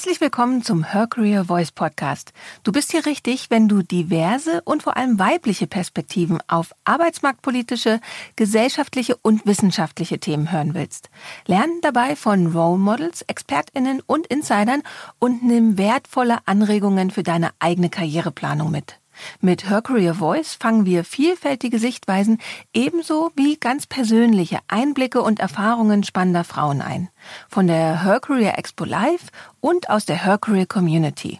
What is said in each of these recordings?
Herzlich willkommen zum Her Career Voice Podcast. Du bist hier richtig, wenn du diverse und vor allem weibliche Perspektiven auf arbeitsmarktpolitische, gesellschaftliche und wissenschaftliche Themen hören willst. Lern dabei von Role Models, ExpertInnen und Insidern und nimm wertvolle Anregungen für deine eigene Karriereplanung mit. Mit Her Career Voice fangen wir vielfältige Sichtweisen ebenso wie ganz persönliche Einblicke und Erfahrungen spannender Frauen ein. Von der Her Career Expo Live und aus der Her Career Community.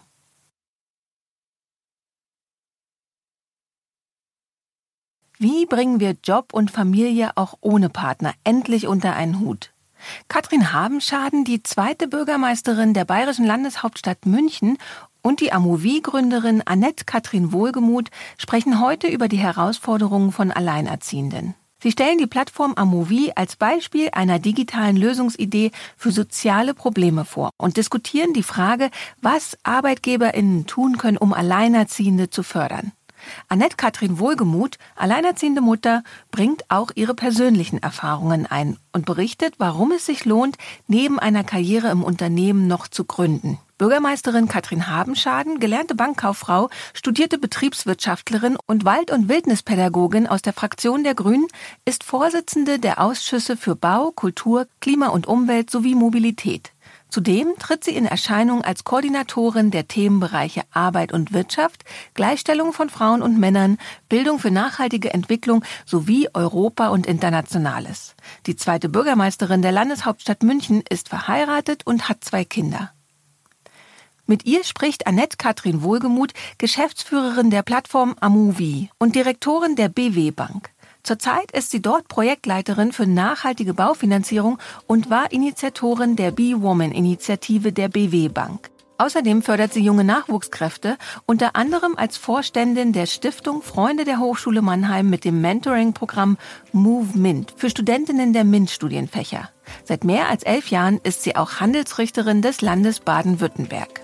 Wie bringen wir Job und Familie auch ohne Partner endlich unter einen Hut? Katrin Habenschaden, die zweite Bürgermeisterin der bayerischen Landeshauptstadt München, und die Amovie-Gründerin Annette-Kathrin Wohlgemuth sprechen heute über die Herausforderungen von Alleinerziehenden. Sie stellen die Plattform Amovie als Beispiel einer digitalen Lösungsidee für soziale Probleme vor und diskutieren die Frage, was ArbeitgeberInnen tun können, um Alleinerziehende zu fördern. Annette-Kathrin Wohlgemuth, alleinerziehende Mutter, bringt auch ihre persönlichen Erfahrungen ein und berichtet, warum es sich lohnt, neben einer Karriere im Unternehmen noch zu gründen. Bürgermeisterin Katrin Habenschaden, gelernte Bankkauffrau, studierte Betriebswirtschaftlerin und Wald- und Wildnispädagogin aus der Fraktion der Grünen, ist Vorsitzende der Ausschüsse für Bau, Kultur, Klima und Umwelt sowie Mobilität. Zudem tritt sie in Erscheinung als Koordinatorin der Themenbereiche Arbeit und Wirtschaft, Gleichstellung von Frauen und Männern, Bildung für nachhaltige Entwicklung sowie Europa und Internationales. Die zweite Bürgermeisterin der Landeshauptstadt München ist verheiratet und hat 2 Kinder. Mit ihr spricht Annette-Kathrin Wohlgemuth, Geschäftsführerin der Plattform Amovie und Direktorin der BW Bank. Zurzeit ist sie dort Projektleiterin für nachhaltige Baufinanzierung und war Initiatorin der Be-Woman-Initiative der BW Bank. Außerdem fördert sie junge Nachwuchskräfte, unter anderem als Vorständin der Stiftung Freunde der Hochschule Mannheim mit dem Mentoring-Programm Move Mint für Studentinnen der MINT-Studienfächer. Seit mehr als 11 Jahren ist sie auch Handelsrichterin des Landes Baden-Württemberg.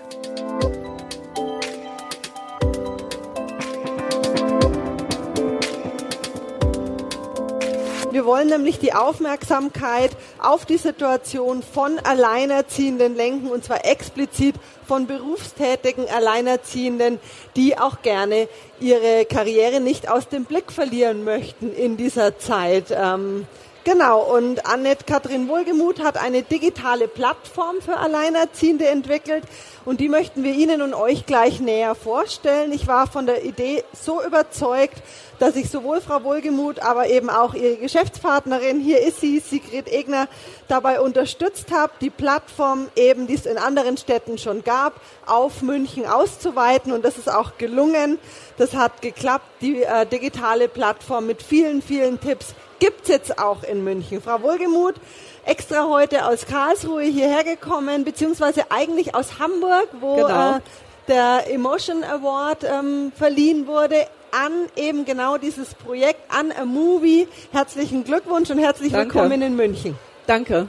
Wir wollen nämlich die Aufmerksamkeit auf die Situation von Alleinerziehenden lenken, und zwar explizit von berufstätigen Alleinerziehenden, die auch gerne ihre Karriere nicht aus dem Blick verlieren möchten in dieser Zeit. Genau, und Annette-Kathrin Wohlgemuth hat eine digitale Plattform für Alleinerziehende entwickelt und die möchten wir Ihnen und euch gleich näher vorstellen. Ich war von der Idee so überzeugt, dass ich sowohl Frau Wohlgemuth, aber eben auch ihre Geschäftspartnerin, hier ist sie, Sigrid Egner, dabei unterstützt habe, die Plattform eben, die es in anderen Städten schon gab, auf München auszuweiten, und das ist auch gelungen. Das hat geklappt, die digitale Plattform mit vielen, vielen Tipps gibt's jetzt auch in München. Frau Wohlgemuth, extra heute aus Karlsruhe hierher gekommen, beziehungsweise eigentlich aus Hamburg, wo genau der Emotion Award verliehen wurde an eben genau dieses Projekt, an Amovie. Herzlichen Glückwunsch und herzlich willkommen in München. Danke.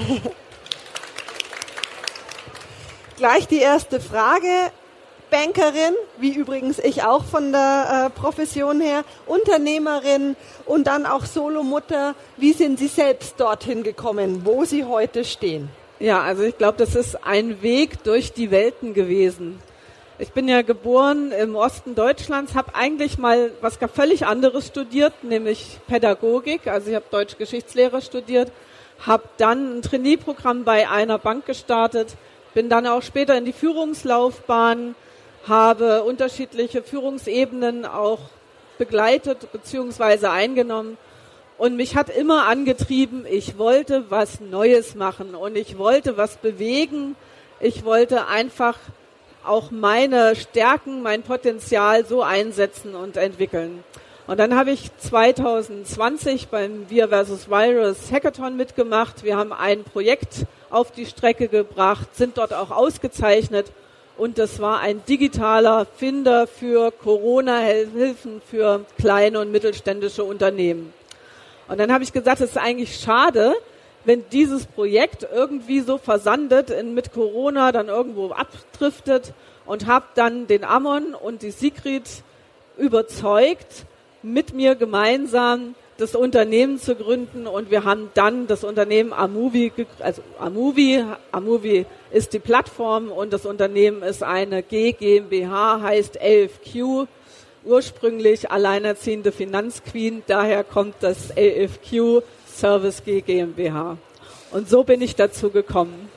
Gleich die erste Frage. Bankerin, wie übrigens ich auch von der Profession her, Unternehmerin und dann auch Solomutter. Wie sind Sie selbst dorthin gekommen, wo Sie heute stehen? Ja, also ich glaube, das ist ein Weg durch die Welten gewesen. Ich bin ja geboren im Osten Deutschlands, habe eigentlich mal was völlig anderes studiert, nämlich Pädagogik. Also ich habe Deutsch-Geschichtslehre studiert, habe dann ein Trainee-Programm bei einer Bank gestartet, bin dann auch später in die Führungslaufbahn, habe unterschiedliche Führungsebenen auch begleitet bzw. eingenommen. Und mich hat immer angetrieben, ich wollte was Neues machen und ich wollte was bewegen. Ich wollte einfach auch meine Stärken, mein Potenzial so einsetzen und entwickeln. Und dann habe ich 2020 beim Wir vs. Virus Hackathon mitgemacht. Wir haben ein Projekt auf die Strecke gebracht, sind dort auch ausgezeichnet. Und das war ein digitaler Finder für Corona-Hilfen für kleine und mittelständische Unternehmen. Und dann habe ich gesagt, es ist eigentlich schade, wenn dieses Projekt irgendwie so versandet, mit Corona dann irgendwo abdriftet, und habe dann den Amon und die Sigrid überzeugt, mit mir gemeinsam das Unternehmen zu gründen, und wir haben dann das Unternehmen Amovi, also Amovi ist die Plattform und das Unternehmen ist eine GmbH, heißt AFQ, ursprünglich Alleinerziehende Finanzqueen, daher kommt das AFQ Service GmbH. Und so bin ich dazu gekommen.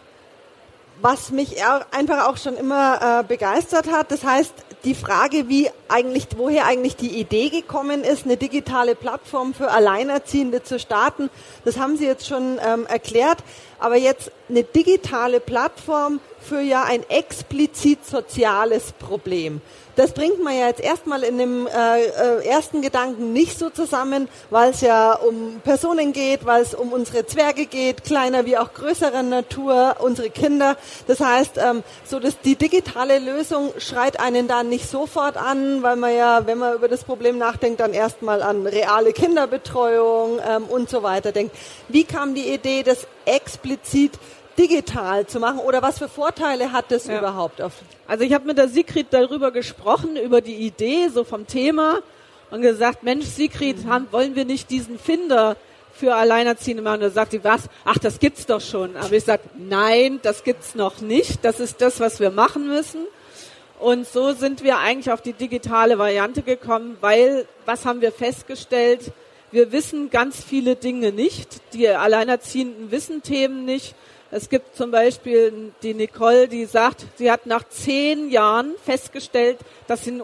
Was mich einfach auch schon immer begeistert hat, das heißt, die Frage, woher eigentlich die Idee gekommen ist, eine digitale Plattform für Alleinerziehende zu starten, das haben Sie jetzt schon erklärt, aber jetzt eine digitale Plattform für ja ein explizit soziales Problem. Das bringt man ja jetzt erstmal in dem ersten Gedanken nicht so zusammen, weil es ja um Personen geht, weil es um unsere Zwerge geht, kleiner wie auch größerer Natur, unsere Kinder. Das heißt, die digitale Lösung schreit einen dann nicht sofort an, weil man ja, wenn man über das Problem nachdenkt, dann erstmal an reale Kinderbetreuung und so weiter denkt. Wie kam die Idee, das explizit digital zu machen, oder was für Vorteile hat das überhaupt? Also ich habe mit der Sigrid darüber gesprochen, über die Idee, so vom Thema, und gesagt, Mensch, Sigrid, wollen wir nicht diesen Finder für Alleinerziehende machen? Und da sagt sie, was? Ach, das gibt's doch schon. Aber ich sage, nein, das gibt's noch nicht. Das ist das, was wir machen müssen. Und so sind wir eigentlich auf die digitale Variante gekommen, weil, was haben wir festgestellt? Wir wissen ganz viele Dinge nicht. Die Alleinerziehenden wissen Themen nicht. Es gibt zum Beispiel die Nicole, die sagt, sie hat nach 10 Jahren festgestellt, dass sie einen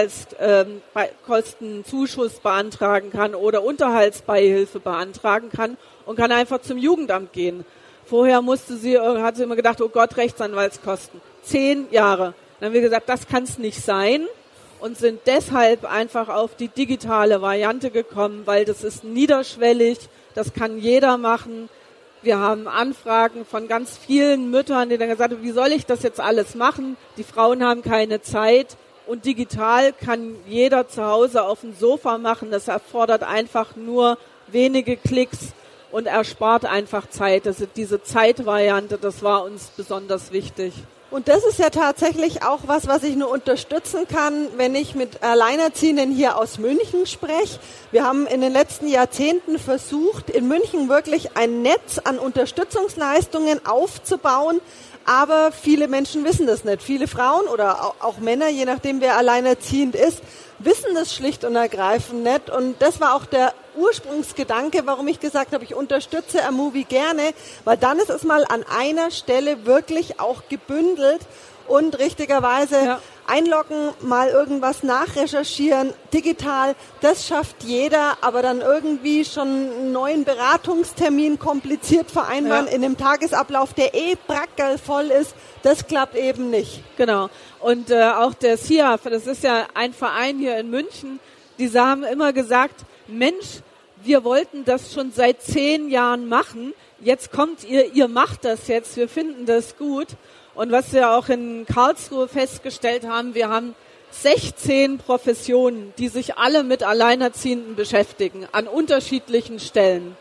Unterhaltskostenzuschuss beantragen kann oder Unterhaltsbeihilfe beantragen kann und kann einfach zum Jugendamt gehen. Vorher hat sie immer gedacht, oh Gott, Rechtsanwaltskosten. 10 Jahre. Dann haben wir gesagt, das kann es nicht sein, und sind deshalb einfach auf die digitale Variante gekommen, weil das ist niederschwellig, das kann jeder machen. Wir haben Anfragen von ganz vielen Müttern, die dann gesagt haben, wie soll ich das jetzt alles machen? Die Frauen haben keine Zeit, und digital kann jeder zu Hause auf dem Sofa machen. Das erfordert einfach nur wenige Klicks und erspart einfach Zeit. Also diese Zeitvariante, das war uns besonders wichtig. Und das ist ja tatsächlich auch was ich nur unterstützen kann, wenn ich mit Alleinerziehenden hier aus München spreche. Wir haben in den letzten Jahrzehnten versucht, in München wirklich ein Netz an Unterstützungsleistungen aufzubauen, aber viele Menschen wissen das nicht. Viele Frauen oder auch Männer, je nachdem wer alleinerziehend ist, wissen das schlicht und ergreifend nicht. Und das war auch der Ursprungsgedanke, warum ich gesagt habe, ich unterstütze Amovi gerne, weil dann ist es mal an einer Stelle wirklich auch gebündelt und richtigerweise einloggen, mal irgendwas nachrecherchieren, digital, das schafft jeder, aber dann irgendwie schon einen neuen Beratungstermin kompliziert vereinbaren in einem Tagesablauf, der brackerl voll ist, das klappt eben nicht. Genau. Und auch der SIAF, das ist ja ein Verein hier in München, die haben immer gesagt, Mensch, wir wollten das schon seit 10 Jahren machen, jetzt kommt ihr macht das jetzt, wir finden das gut. Und was wir auch in Karlsruhe festgestellt haben, wir haben 16 Professionen, die sich alle mit Alleinerziehenden beschäftigen, an unterschiedlichen Stellen.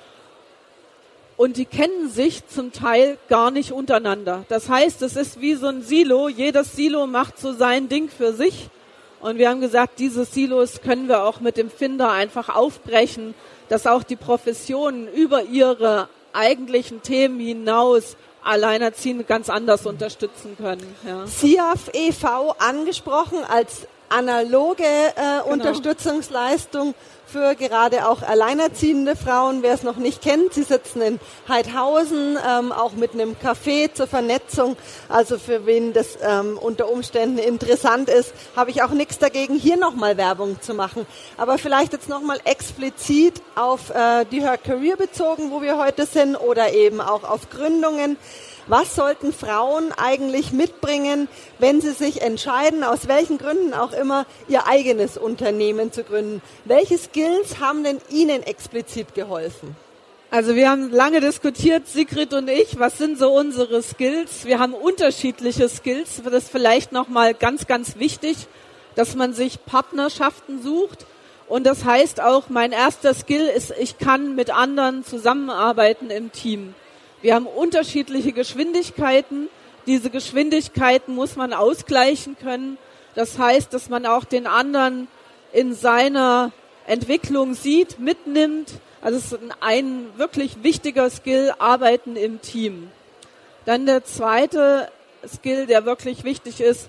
Und die kennen sich zum Teil gar nicht untereinander. Das heißt, es ist wie so ein Silo, jedes Silo macht so sein Ding für sich. Und wir haben gesagt, diese Silos können wir auch mit dem Finder einfach aufbrechen, dass auch die Professionen über ihre eigentlichen Themen hinaus Alleinerziehende ganz anders unterstützen können. Ja. SIAF e.V. angesprochen als analoge Unterstützungsleistung für gerade auch alleinerziehende Frauen. Wer es noch nicht kennt, sie sitzen in Heidhausen, auch mit einem Café zur Vernetzung. Also für wen das unter Umständen interessant ist, habe ich auch nichts dagegen, hier nochmal Werbung zu machen. Aber vielleicht jetzt nochmal explizit auf die Her Career bezogen, wo wir heute sind, oder eben auch auf Gründungen. Was sollten Frauen eigentlich mitbringen, wenn sie sich entscheiden, aus welchen Gründen auch immer, ihr eigenes Unternehmen zu gründen? Welche Skills haben denn Ihnen explizit geholfen? Also wir haben lange diskutiert, Sigrid und ich, was sind so unsere Skills? Wir haben unterschiedliche Skills. Das ist vielleicht nochmal ganz, ganz wichtig, dass man sich Partnerschaften sucht. Und das heißt auch, mein erster Skill ist, ich kann mit anderen zusammenarbeiten im Team. Wir haben unterschiedliche Geschwindigkeiten. Diese Geschwindigkeiten muss man ausgleichen können. Das heißt, dass man auch den anderen in seiner Entwicklung sieht, mitnimmt. Also es ist ein wirklich wichtiger Skill, Arbeiten im Team. Dann der zweite Skill, der wirklich wichtig ist,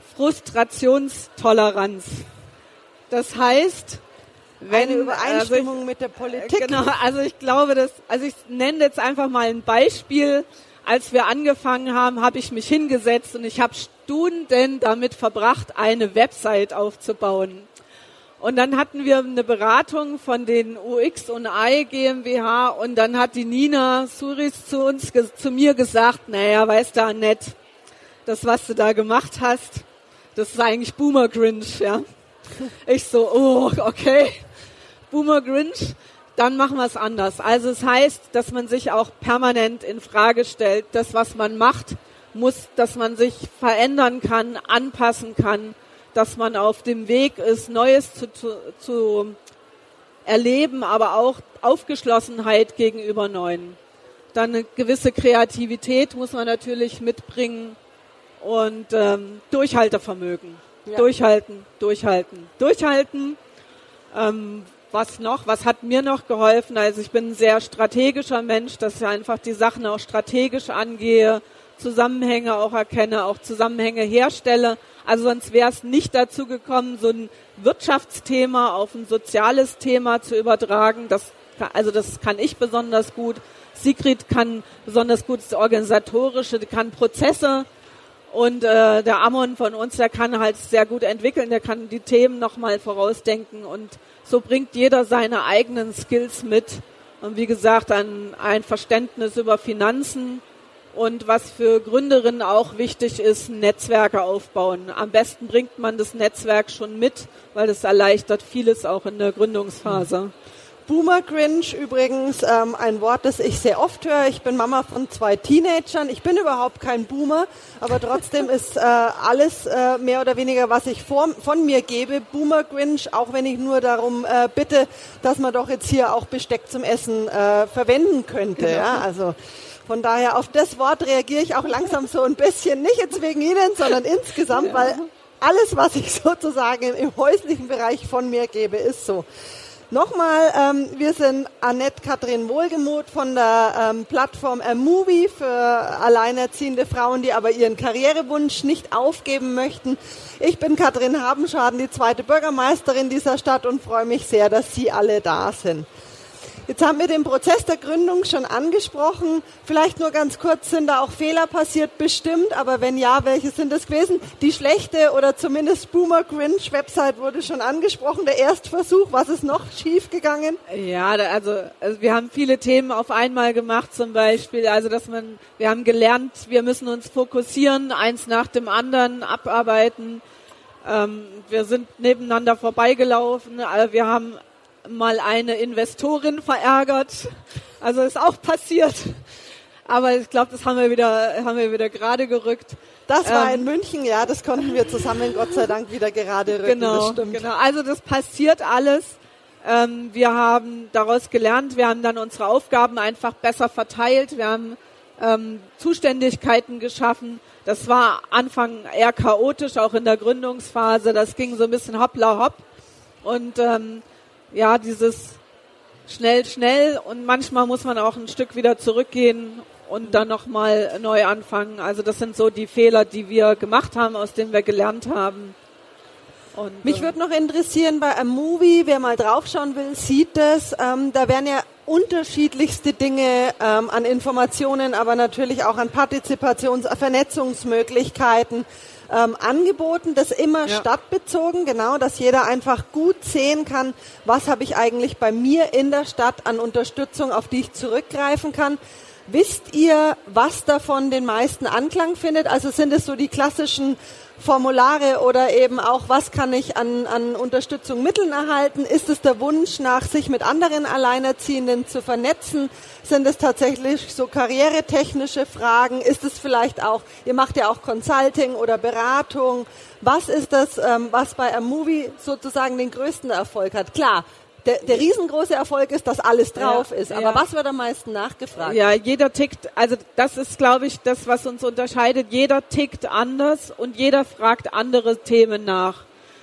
Frustrationstoleranz. Das heißt, eine Übereinstimmung mit der Politik. Genau, also ich glaube, ich nenne jetzt einfach mal ein Beispiel. Als wir angefangen haben, habe ich mich hingesetzt und ich habe Stunden damit verbracht, eine Website aufzubauen. Und dann hatten wir eine Beratung von den UX&I GmbH und dann hat die Nina Suris zu mir gesagt, naja, weißt du, Annette, das, was du da gemacht hast, das ist eigentlich Boomer Grinch, ja. Ich so, oh, okay, Boomer Grinch, dann machen wir es anders. Also es heißt, dass man sich auch permanent in Frage stellt, das, was man macht, dass man sich verändern kann, anpassen kann, dass man auf dem Weg ist, Neues zu erleben, aber auch Aufgeschlossenheit gegenüber Neuen. Dann eine gewisse Kreativität muss man natürlich mitbringen und Durchhaltevermögen. Ja. Durchhalten. Was noch? Was hat mir noch geholfen? Also ich bin ein sehr strategischer Mensch, dass ich einfach die Sachen auch strategisch angehe, Zusammenhänge auch erkenne, auch Zusammenhänge herstelle. Also sonst wäre es nicht dazu gekommen, so ein Wirtschaftsthema auf ein soziales Thema zu übertragen. Das kann ich besonders gut. Sigrid kann besonders gut das Organisatorische, kann Prozesse. Und der Amon von uns, der kann halt sehr gut entwickeln, der kann die Themen nochmal vorausdenken. Und so bringt jeder seine eigenen Skills mit. Und wie gesagt, ein Verständnis über Finanzen. Und was für Gründerinnen auch wichtig ist, Netzwerke aufbauen. Am besten bringt man das Netzwerk schon mit, weil das erleichtert vieles auch in der Gründungsphase. Boomer Grinch übrigens, ein Wort, das ich sehr oft höre. Ich bin Mama von 2 Teenagern. Ich bin überhaupt kein Boomer, aber trotzdem ist alles mehr oder weniger, was ich von mir gebe, Boomer Grinch, auch wenn ich nur darum bitte, dass man doch jetzt hier auch Besteck zum Essen verwenden könnte. Genau. Ja, also von daher, auf das Wort reagiere ich auch langsam so ein bisschen, nicht jetzt wegen Ihnen, sondern insgesamt, weil alles, was ich sozusagen im häuslichen Bereich von mir gebe, ist so. Nochmal, wir sind Annette Katrin Wohlgemuth von der Plattform Movie für alleinerziehende Frauen, die aber ihren Karrierewunsch nicht aufgeben möchten. Ich bin Katrin Habenschaden, die 2. Bürgermeisterin dieser Stadt und freue mich sehr, dass Sie alle da sind. Jetzt haben wir den Prozess der Gründung schon angesprochen. Vielleicht nur ganz kurz, sind da auch Fehler passiert? Bestimmt, aber wenn ja, welche sind es gewesen? Die schlechte oder zumindest Boomer Grinch Website wurde schon angesprochen, der Erstversuch. Was ist noch schief gegangen? Ja, also wir haben viele Themen auf einmal gemacht, zum Beispiel, also wir haben gelernt, wir müssen uns fokussieren, eins nach dem anderen abarbeiten. Wir sind nebeneinander vorbeigelaufen, wir haben mal eine Investorin verärgert. Also ist auch passiert. Aber ich glaube, das haben wir wieder gerade gerückt. Das war in München, ja, das konnten wir zusammen Gott sei Dank wieder gerade rücken. Genau. Also das passiert alles. Wir haben daraus gelernt, wir haben dann unsere Aufgaben einfach besser verteilt. Wir haben Zuständigkeiten geschaffen. Das war Anfang eher chaotisch, auch in der Gründungsphase. Das ging so ein bisschen hoppla hopp. Und dieses schnell und manchmal muss man auch ein Stück wieder zurückgehen und dann nochmal neu anfangen. Also das sind so die Fehler, die wir gemacht haben, aus denen wir gelernt haben. Und, mich würde noch interessieren, bei einem Movie, wer mal draufschauen will, sieht das, da werden ja unterschiedlichste Dinge an Informationen, aber natürlich auch an Vernetzungsmöglichkeiten angeboten, das immer stadtbezogen, genau, dass jeder einfach gut sehen kann, was habe ich eigentlich bei mir in der Stadt an Unterstützung, auf die ich zurückgreifen kann. Wisst ihr, was davon den meisten Anklang findet? Also sind es so die klassischen Formulare oder eben auch, was kann ich an Unterstützung Mitteln erhalten? Ist es der Wunsch nach, sich mit anderen Alleinerziehenden zu vernetzen? Sind es tatsächlich so karrieretechnische Fragen? Ist es vielleicht auch, ihr macht ja auch Consulting oder Beratung. Was ist das, was bei Movie sozusagen den größten Erfolg hat? Klar, der riesengroße Erfolg ist, dass alles drauf ist. Aber was wird am meisten nachgefragt? Ja, jeder tickt, also das ist, glaube ich, das, was uns unterscheidet. Jeder tickt anders und jeder fragt andere Themen nach.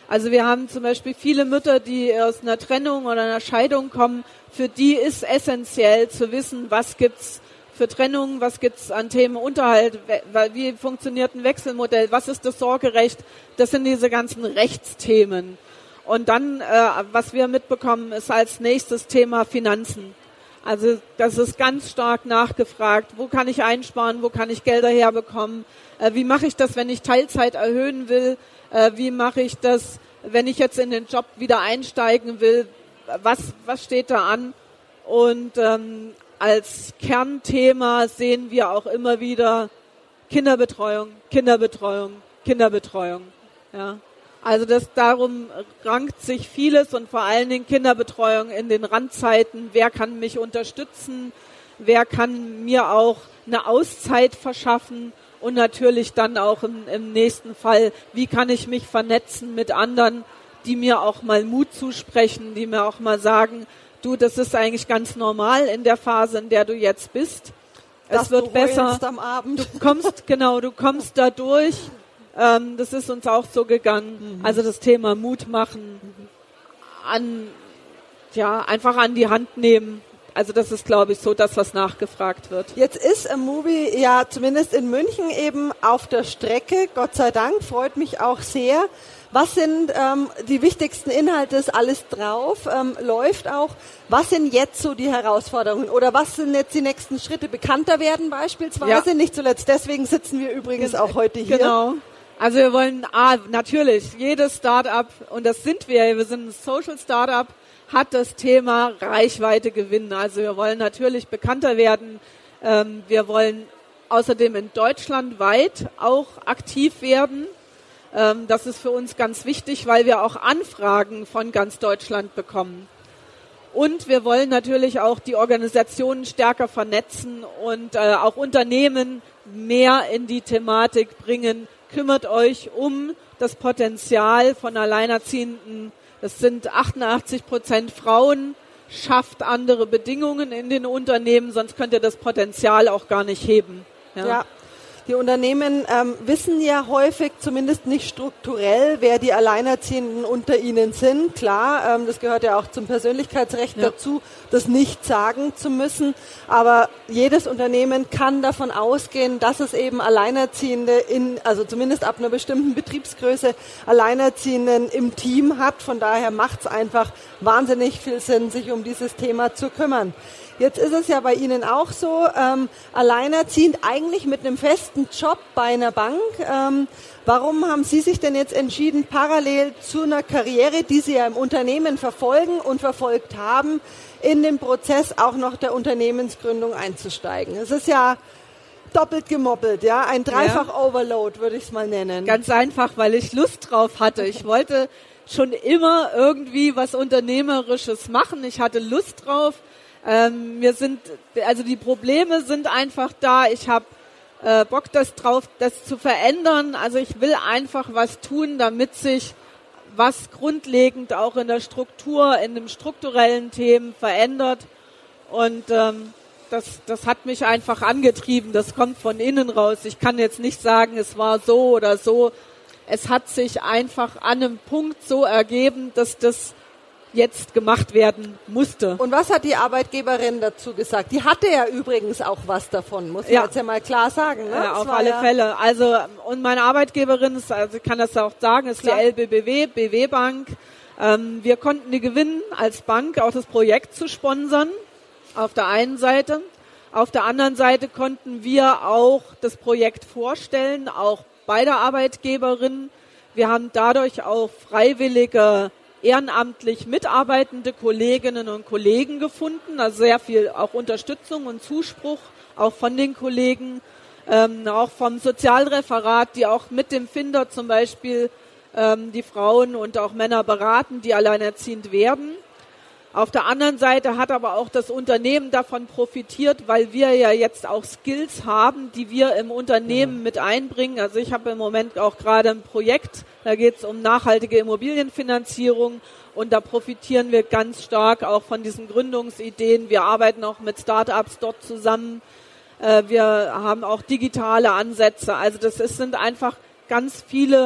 Also wir haben zum Beispiel viele Mütter, die aus einer Trennung oder einer Scheidung kommen. Für die ist essentiell zu wissen, was gibt's für Trennung, was gibt's an Themen Unterhalt, wie funktioniert ein Wechselmodell, was ist das Sorgerecht. Das sind diese ganzen Rechtsthemen. Und dann, was wir mitbekommen, ist als nächstes Thema Finanzen. Also das ist ganz stark nachgefragt. Wo kann ich einsparen? Wo kann ich Gelder herbekommen? Wie mache ich das, wenn ich Teilzeit erhöhen will? Wie mache ich das, wenn ich jetzt in den Job wieder einsteigen will? Was steht da an? Und als Kernthema sehen wir auch immer wieder Kinderbetreuung, Kinderbetreuung, Kinderbetreuung. Ja. Also darum rankt sich vieles und vor allen Dingen Kinderbetreuung in den Randzeiten. Wer kann mich unterstützen? Wer kann mir auch eine Auszeit verschaffen? Und natürlich dann auch im nächsten Fall, wie kann ich mich vernetzen mit anderen, die mir auch mal Mut zusprechen, die mir auch mal sagen, du, das ist eigentlich ganz normal in der Phase, in der du jetzt bist. Es wird besser. Am Abend. Du kommst da durch. Das ist uns auch so gegangen. Also das Thema Mut machen, einfach an die Hand nehmen. Also das ist, glaube ich, so das, was nachgefragt wird. Jetzt ist Amovi ja zumindest in München eben auf der Strecke. Gott sei Dank, freut mich auch sehr. Was sind die wichtigsten Inhalte? Ist alles drauf? Läuft auch? Was sind jetzt so die Herausforderungen? Oder was sind jetzt die nächsten Schritte? Bekannter werden beispielsweise? Ja. Nicht zuletzt deswegen sitzen wir übrigens auch heute hier. Genau. Also wir wollen, natürlich, jedes Start-up, und das sind wir sind ein Social Start-up, hat das Thema Reichweite gewinnen. Also wir wollen natürlich bekannter werden. Wir wollen außerdem in Deutschland weit auch aktiv werden. Das ist für uns ganz wichtig, weil wir auch Anfragen von ganz Deutschland bekommen. Und wir wollen natürlich auch die Organisationen stärker vernetzen und auch Unternehmen mehr in die Thematik bringen. Kümmert euch um das Potenzial von Alleinerziehenden. Das sind 88% Frauen. Schafft andere Bedingungen in den Unternehmen, sonst könnt ihr das Potenzial auch gar nicht heben. Ja. Die Unternehmen wissen ja häufig, zumindest nicht strukturell, wer die Alleinerziehenden unter ihnen sind. Klar, das gehört ja auch zum Persönlichkeitsrecht dazu, das nicht sagen zu müssen. Aber jedes Unternehmen kann davon ausgehen, dass es eben Alleinerziehende also zumindest ab einer bestimmten Betriebsgröße Alleinerziehenden im Team hat. Von daher macht es einfach wahnsinnig viel Sinn, sich um dieses Thema zu kümmern. Jetzt ist es ja bei Ihnen auch so, alleinerziehend eigentlich mit einem festen Job bei einer Bank. Warum haben Sie sich denn jetzt entschieden, parallel zu einer Karriere, die Sie ja im Unternehmen verfolgen und verfolgt haben, in den Prozess auch noch der Unternehmensgründung einzusteigen? Es ist ja doppelt gemoppelt, ja, ein Dreifach-Overload, würde ich es mal nennen. Ganz einfach, weil ich Lust drauf hatte. Ich wollte schon immer irgendwie was Unternehmerisches machen. Ich hatte Lust drauf. Die Probleme sind einfach da. Ich habe Bock das zu verändern. Also ich will einfach was tun, damit sich was grundlegend auch in der Struktur, in den strukturellen Themen verändert. Und das hat mich einfach angetrieben. Das kommt von innen raus. Ich kann jetzt nicht sagen, es war so oder so. Es hat sich einfach an einem Punkt so ergeben, dass das jetzt gemacht werden musste. Und was hat die Arbeitgeberin dazu gesagt? Die hatte ja übrigens auch was davon, muss man jetzt ja mal klar sagen. Ne? Ja, auf alle Fälle. Also, und meine Arbeitgeberin ist, also ich kann das auch sagen, ist klar. Die LBBW, BW Bank. Wir konnten die gewinnen, als Bank auch das Projekt zu sponsern, auf der einen Seite. Auf der anderen Seite konnten wir auch das Projekt vorstellen, auch bei der Arbeitgeberin. Wir haben dadurch auch freiwillige ehrenamtlich mitarbeitende Kolleginnen und Kollegen gefunden, also sehr viel auch Unterstützung und Zuspruch auch von den Kollegen, auch vom Sozialreferat, die auch mit dem Finder zum Beispiel die Frauen und auch Männer beraten, die alleinerziehend werden. Auf der anderen Seite hat aber auch das Unternehmen davon profitiert, weil wir ja jetzt auch Skills haben, die wir im Unternehmen mit einbringen. Also ich habe im Moment auch gerade ein Projekt, da geht es um nachhaltige Immobilienfinanzierung und da profitieren wir ganz stark auch von diesen Gründungsideen. Wir arbeiten auch mit Startups dort zusammen. Wir haben auch digitale Ansätze. Also sind einfach ganz viele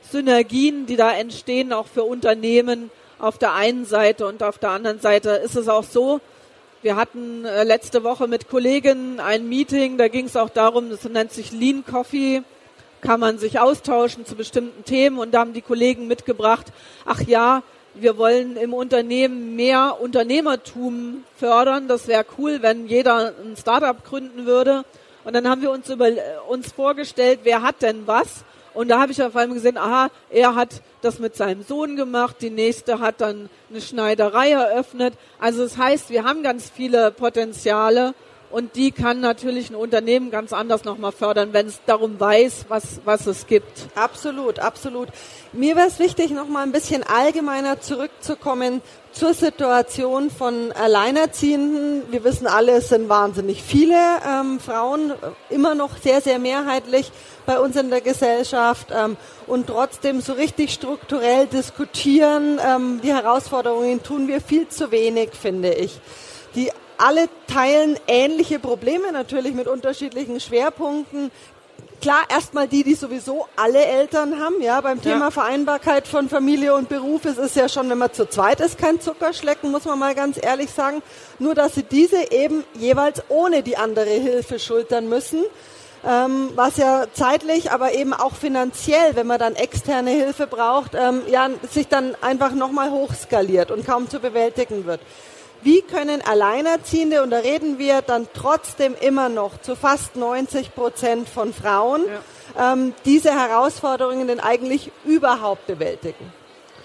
Synergien, die da entstehen, auch für Unternehmen auf der einen Seite, und auf der anderen Seite ist es auch so, wir hatten letzte Woche mit Kolleginnen ein Meeting, da ging es auch darum, das nennt sich Lean Coffee, kann man sich austauschen zu bestimmten Themen, und da haben die Kollegen mitgebracht, ach ja, wir wollen im Unternehmen mehr Unternehmertum fördern, das wäre cool, wenn jeder ein Startup gründen würde. Und dann haben wir uns vorgestellt, wer hat denn was? Und da habe ich auf einmal gesehen, aha, er hat das mit seinem Sohn gemacht, die nächste hat dann eine Schneiderei eröffnet. Also das heißt, wir haben ganz viele Potenziale, und die kann natürlich ein Unternehmen ganz anders nochmal fördern, wenn es darum weiß, was es gibt. Absolut, absolut. Mir wäre es wichtig, nochmal ein bisschen allgemeiner zurückzukommen zur Situation von Alleinerziehenden. Wir wissen alle, es sind wahnsinnig viele Frauen, immer noch sehr, sehr mehrheitlich bei uns in der Gesellschaft, und trotzdem so richtig strukturell diskutieren, die Herausforderungen tun wir viel zu wenig, finde ich. Die alle teilen ähnliche Probleme, natürlich mit unterschiedlichen Schwerpunkten. Klar, erstmal die sowieso alle Eltern haben, ja, beim Thema Vereinbarkeit von Familie und Beruf, es ist ja schon, wenn man zu zweit ist, kein Zuckerschlecken, muss man mal ganz ehrlich sagen. Nur, dass sie diese eben jeweils ohne die andere Hilfe schultern müssen, was ja zeitlich, aber eben auch finanziell, wenn man dann externe Hilfe braucht, sich dann einfach nochmal hochskaliert und kaum zu bewältigen wird. Wie können Alleinerziehende, und da reden wir dann trotzdem immer noch zu fast 90% von Frauen, diese Herausforderungen denn eigentlich überhaupt bewältigen?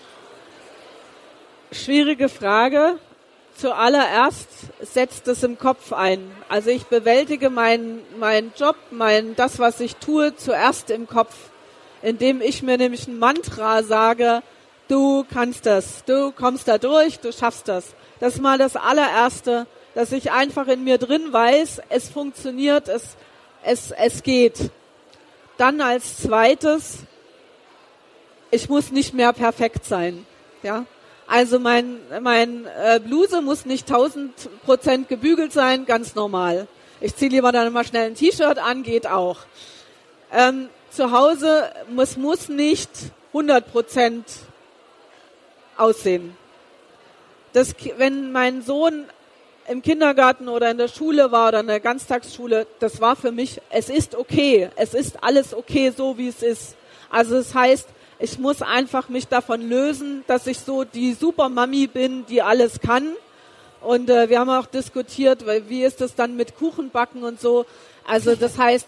Schwierige Frage. Zuallererst setzt es im Kopf ein. Also ich bewältige meinen Job, das, was ich tue, zuerst im Kopf, indem ich mir nämlich ein Mantra sage, du kannst das, du kommst da durch, du schaffst das. Das ist mal das allererste, dass ich einfach in mir drin weiß, es funktioniert, es geht. Dann als zweites, ich muss nicht mehr perfekt sein. Ja? Also mein Bluse muss nicht 1000% gebügelt sein, ganz normal. Ich ziehe lieber dann immer schnell ein T-Shirt an, geht auch. Zu Hause muss nicht 100% aussehen. Wenn mein Sohn im Kindergarten oder in der Schule war oder in der Ganztagsschule, das war für mich, es ist okay. Es ist alles okay, so wie es ist. Also das heißt, ich muss einfach mich davon lösen, dass ich so die Supermami bin, die alles kann. Und wir haben auch diskutiert, wie ist das dann mit Kuchenbacken und so. Also das heißt,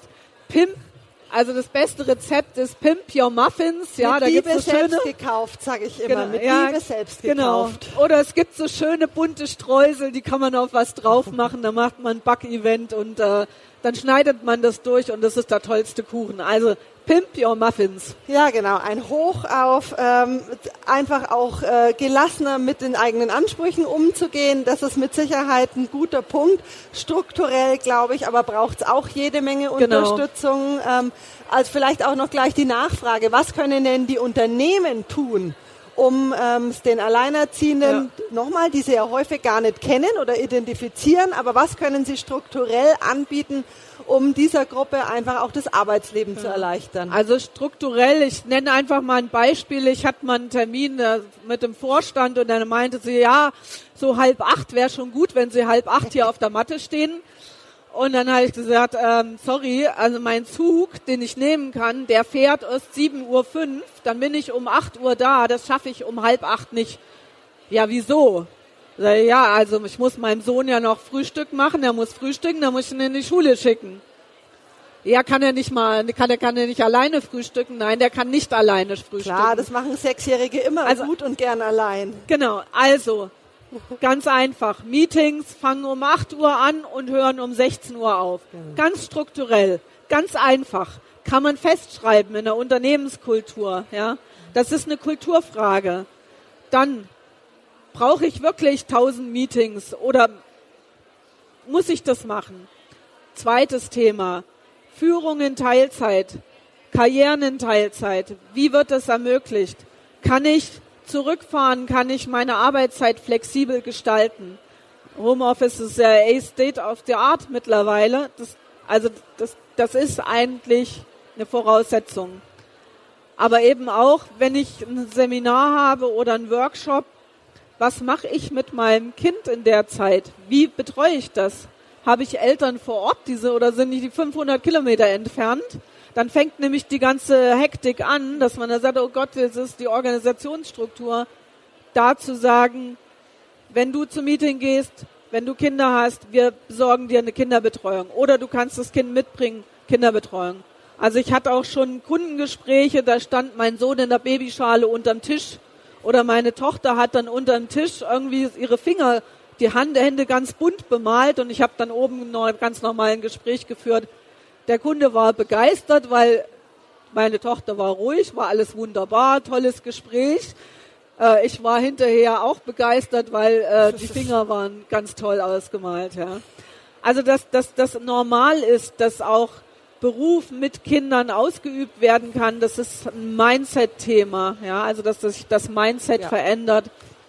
also das beste Rezept ist Pimp Your Muffins. Ja, mit da Liebe gibt's so selbst schöne, gekauft, sage ich immer. Genau, Mit Liebe selbst gekauft. Genau. Oder es gibt so schöne bunte Streusel, die kann man auf was drauf machen. Da macht man ein Backevent und dann schneidet man das durch und das ist der tollste Kuchen. Also Pimp Your Muffins. Ja, genau. Ein Hoch auf einfach auch gelassener mit den eigenen Ansprüchen umzugehen. Das ist mit Sicherheit ein guter Punkt. Strukturell, glaube ich, aber braucht es auch jede Menge Unterstützung. Also vielleicht auch noch gleich die Nachfrage. Was können denn die Unternehmen tun, um den Alleinerziehenden, nochmal, die sie ja häufig gar nicht kennen oder identifizieren, aber was können sie strukturell anbieten, um dieser Gruppe einfach auch das Arbeitsleben zu erleichtern? Also strukturell, ich nenne einfach mal ein Beispiel. Ich hatte mal einen Termin mit dem Vorstand und dann meinte sie, ja, so 7:30 wäre schon gut, wenn sie 7:30 hier auf der Matte stehen. Und dann habe ich gesagt, sorry, also mein Zug, den ich nehmen kann, der fährt erst 7:05 Uhr, dann bin ich um 8 Uhr da, das schaffe ich um 7:30 nicht. Ja, wieso? Ja, also ich muss meinem Sohn ja noch Frühstück machen, er muss frühstücken, dann muss ich ihn in die Schule schicken. Ja, kann er nicht alleine frühstücken? Nein, der kann nicht alleine frühstücken. Klar, das machen Sechsjährige immer gut und gern allein. Genau, also ganz einfach. Meetings fangen um 8 Uhr an und hören um 16 Uhr auf. Ganz strukturell, ganz einfach. Kann man festschreiben in der Unternehmenskultur. Ja, das ist eine Kulturfrage. Dann brauche ich wirklich 1000 Meetings oder muss ich das machen? Zweites Thema, Führung in Teilzeit, Karrieren in Teilzeit. Wie wird das ermöglicht? Kann ich zurückfahren? Kann ich meine Arbeitszeit flexibel gestalten? Homeoffice ist ja State of the Art mittlerweile. Das ist eigentlich eine Voraussetzung. Aber eben auch, wenn ich ein Seminar habe oder einen Workshop, was mache ich mit meinem Kind in der Zeit? Wie betreue ich das? Habe ich Eltern vor Ort, oder sind die 500 Kilometer entfernt? Dann fängt nämlich die ganze Hektik an, dass man da sagt, oh Gott, das ist die Organisationsstruktur. Da zu sagen, wenn du zum Meeting gehst, wenn du Kinder hast, wir besorgen dir eine Kinderbetreuung. Oder du kannst das Kind mitbringen, Kinderbetreuung. Also ich hatte auch schon Kundengespräche, da stand mein Sohn in der Babyschale unterm Tisch. Oder meine Tochter hat dann unterm Tisch irgendwie ihre Finger, die Hände ganz bunt bemalt. Und ich habe dann oben noch ganz normal ein Gespräch geführt. Der Kunde war begeistert, weil meine Tochter war ruhig, war alles wunderbar, tolles Gespräch. Ich war hinterher auch begeistert, weil die Finger waren ganz toll ausgemalt. Ja. Also dass das normal ist, dass auch Beruf mit Kindern ausgeübt werden kann, das ist ein Mindset-Thema. Ja. Also dass sich das Mindset verändert.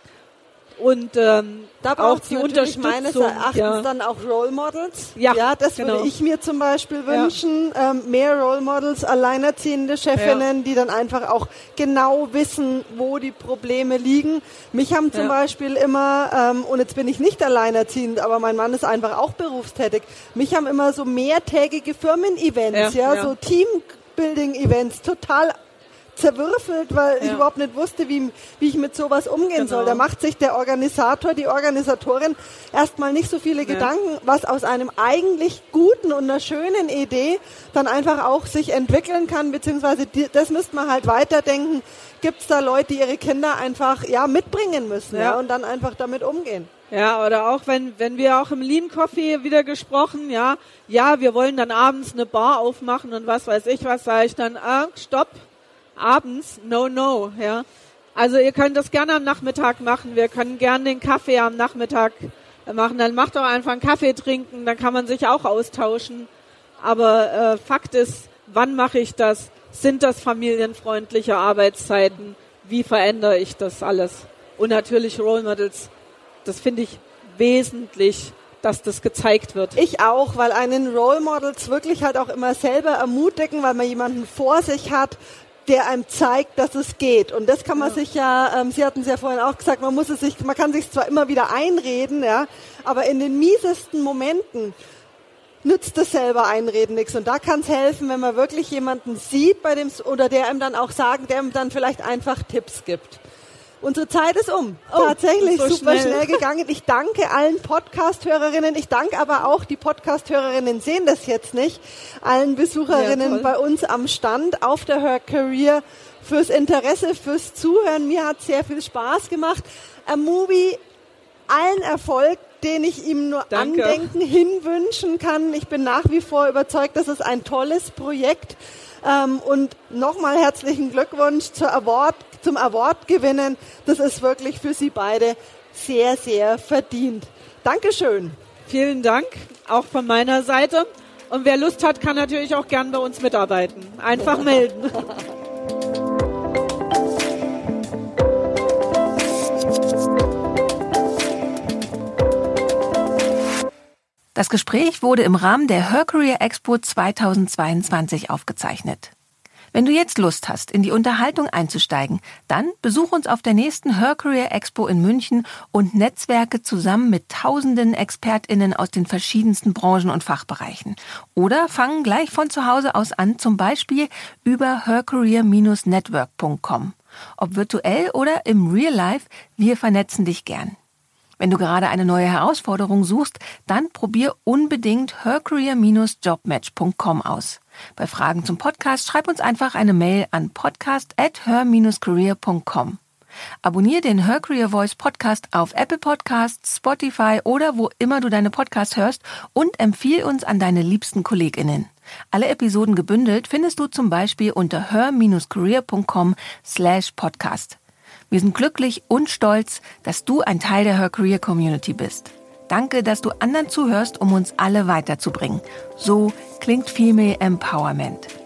Und da auch die Unterstützung. Meines Erachtens dann auch Role Models. Ja, das würde ich mir zum Beispiel wünschen. Mehr Role Models, alleinerziehende Chefinnen, die dann einfach auch genau wissen, wo die Probleme liegen. Mich haben zum Beispiel immer, und jetzt bin ich nicht alleinerziehend, aber mein Mann ist einfach auch berufstätig, mich haben immer so mehrtägige Firmen-Events, so Teambuilding-Events total zerwürfelt, weil ich überhaupt nicht wusste, wie ich mit sowas umgehen soll. Da macht sich der Organisator, die Organisatorin erstmal nicht so viele Gedanken, was aus einem eigentlich guten und einer schönen Idee dann einfach auch sich entwickeln kann, beziehungsweise das müsste man halt weiterdenken. Gibt es da Leute, die ihre Kinder einfach mitbringen müssen und dann einfach damit umgehen? Ja, oder auch wenn wir auch im Lean Coffee wieder gesprochen, wir wollen dann abends eine Bar aufmachen und was weiß ich, was sage ich dann, stopp. Abends, no, ja. Also ihr könnt das gerne am Nachmittag machen. Wir können gerne den Kaffee am Nachmittag machen. Dann macht doch einfach einen Kaffee trinken, dann kann man sich auch austauschen. Aber Fakt ist, wann mache ich das? Sind das familienfreundliche Arbeitszeiten? Wie verändere ich das alles? Und natürlich Role Models, das finde ich wesentlich, dass das gezeigt wird. Ich auch, weil einen Role Models wirklich halt auch immer selber ermutigen, weil man jemanden vor sich hat, der einem zeigt, dass es geht. Und das kann man sich Sie hatten es ja vorhin auch gesagt, man kann sich zwar immer wieder einreden, aber in den miesesten Momenten nützt das selber Einreden nichts. Und da kann es helfen, wenn man wirklich jemanden sieht, der einem dann auch der ihm dann vielleicht einfach Tipps gibt. Unsere Zeit ist tatsächlich so super schnell gegangen. Ich danke allen Podcast-Hörerinnen. Ich danke aber auch, die Podcast-Hörerinnen sehen das jetzt nicht, allen Besucherinnen bei uns am Stand auf der Her Career fürs Interesse, fürs Zuhören. Mir hat sehr viel Spaß gemacht. Amobi, allen Erfolg, den ich ihm nur andenken, hinwünschen kann. Ich bin nach wie vor überzeugt, das ist ein tolles Projekt. Und nochmal herzlichen Glückwunsch zum Award gewinnen. Das ist wirklich für Sie beide sehr, sehr verdient. Dankeschön. Vielen Dank, auch von meiner Seite. Und wer Lust hat, kann natürlich auch gern bei uns mitarbeiten. Einfach melden. Das Gespräch wurde im Rahmen der Her Career Expo 2022 aufgezeichnet. Wenn du jetzt Lust hast, in die Unterhaltung einzusteigen, dann besuch uns auf der nächsten Her Career Expo in München und netzwerke zusammen mit tausenden ExpertInnen aus den verschiedensten Branchen und Fachbereichen. Oder fang gleich von zu Hause aus an, zum Beispiel über hercareer-network.com. Ob virtuell oder im Real Life, wir vernetzen dich gern. Wenn du gerade eine neue Herausforderung suchst, dann probier unbedingt hercareer-jobmatch.com aus. Bei Fragen zum Podcast schreib uns einfach eine Mail an podcast@her-career.com. Abonnier den Her Career Voice Podcast auf Apple Podcasts, Spotify oder wo immer du deine Podcasts hörst und empfiehl uns an deine liebsten KollegInnen. Alle Episoden gebündelt findest du zum Beispiel unter her-career.com/podcast. Wir sind glücklich und stolz, dass du ein Teil der Her Career Community bist. Danke, dass du anderen zuhörst, um uns alle weiterzubringen. So klingt Female Empowerment.